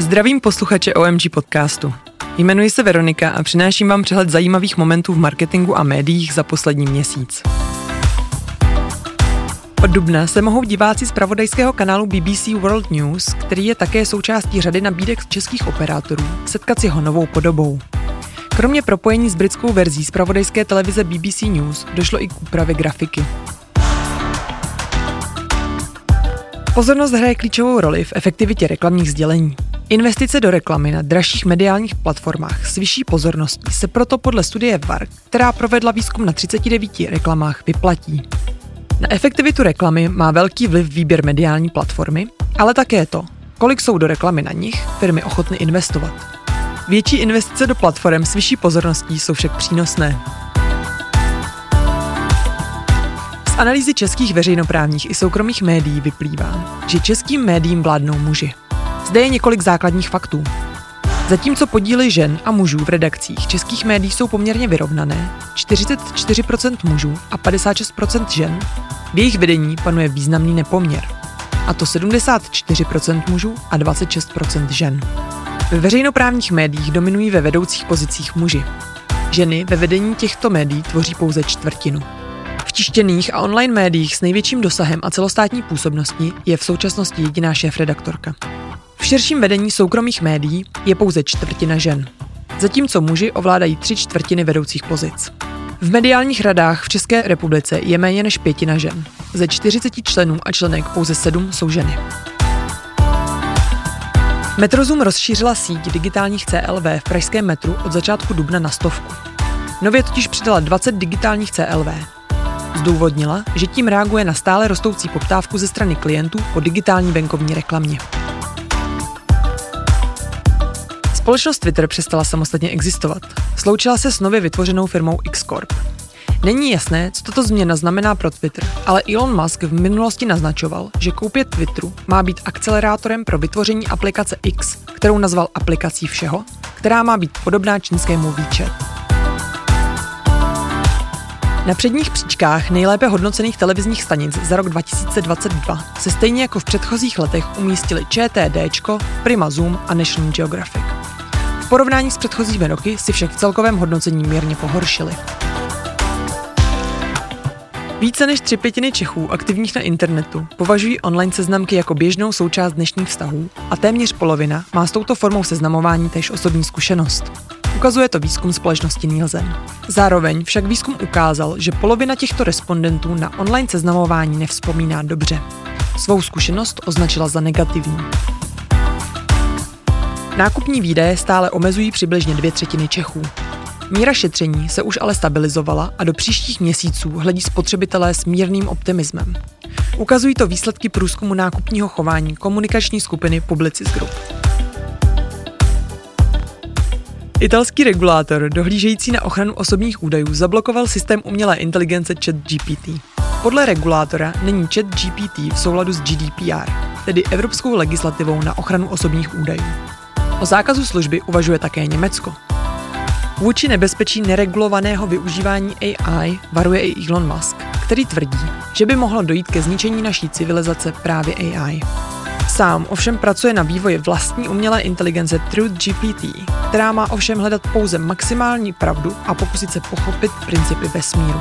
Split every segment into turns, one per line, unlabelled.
Zdravím posluchače OMG podcastu. Jmenuji se Veronika a přináším vám přehled zajímavých momentů v marketingu a médiích za poslední měsíc. Od dubna se mohou diváci zpravodajského kanálu BBC World News, který je také součástí řady nabídek českých operátorů, setkat s jeho novou podobou. Kromě propojení s britskou verzí zpravodajské televize BBC News došlo i k úpravě grafiky. Pozornost hraje klíčovou roli v efektivitě reklamních sdělení. Investice do reklamy na dražších mediálních platformách s vyšší pozorností se proto podle studie VAR, která provedla výzkum na 39 reklamách, vyplatí. Na efektivitu reklamy má velký vliv výběr mediální platformy, ale také to, kolik jsou do reklamy na nich firmy ochotny investovat. Větší investice do platform s vyšší pozorností jsou však přínosné. Z analýzy českých veřejnoprávních i soukromých médií vyplývá, že českým médiím vládnou muži. Zde je několik základních faktů. Zatímco podíly žen a mužů v redakcích českých médií jsou poměrně vyrovnané, 44% mužů a 56% žen, v jejich vedení panuje významný nepoměr. A to 74% mužů a 26% žen. Ve veřejnoprávních médiích dominují ve vedoucích pozicích muži. Ženy ve vedení těchto médií tvoří pouze čtvrtinu. V tištěných a online médiích s největším dosahem a celostátní působností je v současnosti jediná šéfredaktorka. V širším vedení soukromých médií je pouze čtvrtina žen, zatímco muži ovládají 3/4 vedoucích pozic. V mediálních radách v České republice je méně než 1/5 žen. Ze 40 členů a členek pouze 7 jsou ženy. Metrozoom rozšířila síť digitálních CLV v pražském metru od začátku dubna na 100. Nově totiž přidala 20 digitálních CLV. Zdůvodnila, že tím reaguje na stále rostoucí poptávku ze strany klientů po digitální venkovní reklamě. Společnost Twitter přestala samostatně existovat. Sloučila se s nově vytvořenou firmou X-Corp. Není jasné, co tato změna znamená pro Twitter, ale Elon Musk v minulosti naznačoval, že koupě Twitteru má být akcelerátorem pro vytvoření aplikace X, kterou nazval aplikací všeho, která má být podobná čínskému WeChat. Na předních příčkách nejlépe hodnocených televizních stanic za rok 2022 se stejně jako v předchozích letech umístili ČTDčko, Prima Zoom a National Geographic. V porovnání s předchozími roky si však v celkovém hodnocení mírně pohoršili. Více než 3/5 Čechů aktivních na internetu považují online seznamky jako běžnou součást dnešních vztahů a téměř polovina má s touto formou seznamování též osobní zkušenost. Ukazuje to výzkum společnosti Nielsen. Zároveň však výzkum ukázal, že polovina těchto respondentů na online seznamování nevzpomíná dobře. Svou zkušenost označila za negativní. Nákupní výdaje stále omezují přibližně 2/3 Čechů. Míra šetření se už ale stabilizovala a do příštích měsíců hledí spotřebitelé s mírným optimismem. Ukazují to výsledky průzkumu nákupního chování komunikační skupiny Publicis Group. Italský regulátor, dohlížející na ochranu osobních údajů, zablokoval systém umělé inteligence ChatGPT. Podle regulátora není ChatGPT v souladu s GDPR, tedy evropskou legislativou na ochranu osobních údajů. O zákazu služby uvažuje také Německo. Vůči nebezpečí neregulovaného využívání AI varuje i Elon Musk, který tvrdí, že by mohlo dojít ke zničení naší civilizace právě AI. Sám ovšem pracuje na vývoji vlastní umělé inteligence TruthGPT, která má ovšem hledat pouze maximální pravdu a pokusit se pochopit principy vesmíru.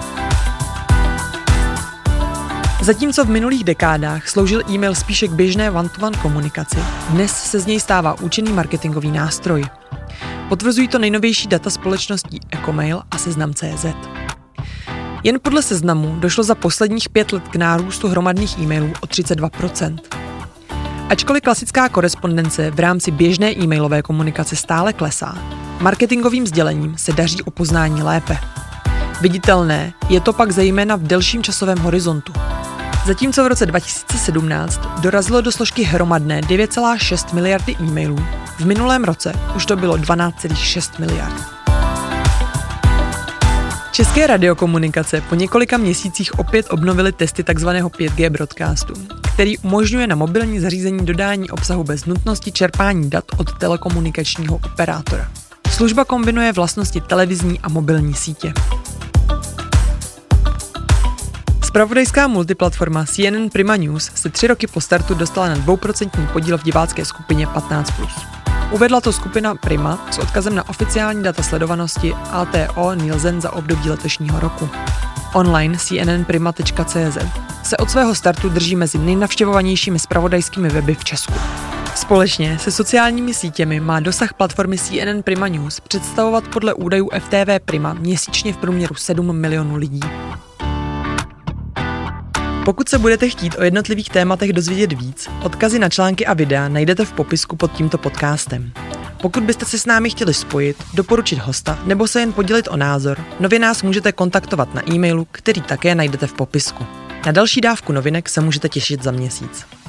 Zatímco v minulých dekádách sloužil e-mail spíše k běžné one-to-one komunikaci, dnes se z něj stává účinný marketingový nástroj. Potvrzují to nejnovější data společností Ecomail a Seznam.cz. Jen podle Seznamu došlo za posledních 5 let k nárůstu hromadných e-mailů o 32%. Ačkoliv klasická korespondence v rámci běžné e-mailové komunikace stále klesá, marketingovým sdělením se daří o poznání lépe. Viditelné je to pak zejména v delším časovém horizontu. Zatímco v roce 2017 dorazilo do složky hromadné 9,6 miliardy e-mailů, v minulém roce už to bylo 12,6 miliard. České radiokomunikace po několika měsících opět obnovily testy tzv. 5G broadcastu, který umožňuje na mobilní zařízení dodání obsahu bez nutnosti čerpání dat od telekomunikačního operátora. Služba kombinuje vlastnosti televizní a mobilní sítě. Zpravodajská multiplatforma CNN Prima News se 3 roky po startu dostala na 2% podíl v divácké skupině 15+. Uvedla to skupina Prima s odkazem na oficiální data sledovanosti ATO Nielsen za období letošního roku. Online cnnprima.cz se od svého startu drží mezi nejnavštěvovanějšími zpravodajskými weby v Česku. Společně se sociálními sítěmi má dosah platformy CNN Prima News představovat podle údajů FTV Prima měsíčně v průměru 7 milionů lidí. Pokud se budete chtít o jednotlivých tématech dozvědět víc, odkazy na články a videa najdete v popisku pod tímto podcastem. Pokud byste se s námi chtěli spojit, doporučit hosta nebo se jen podělit o názor, nově nás můžete kontaktovat na e-mailu, který také najdete v popisku. Na další dávku novinek se můžete těšit za měsíc.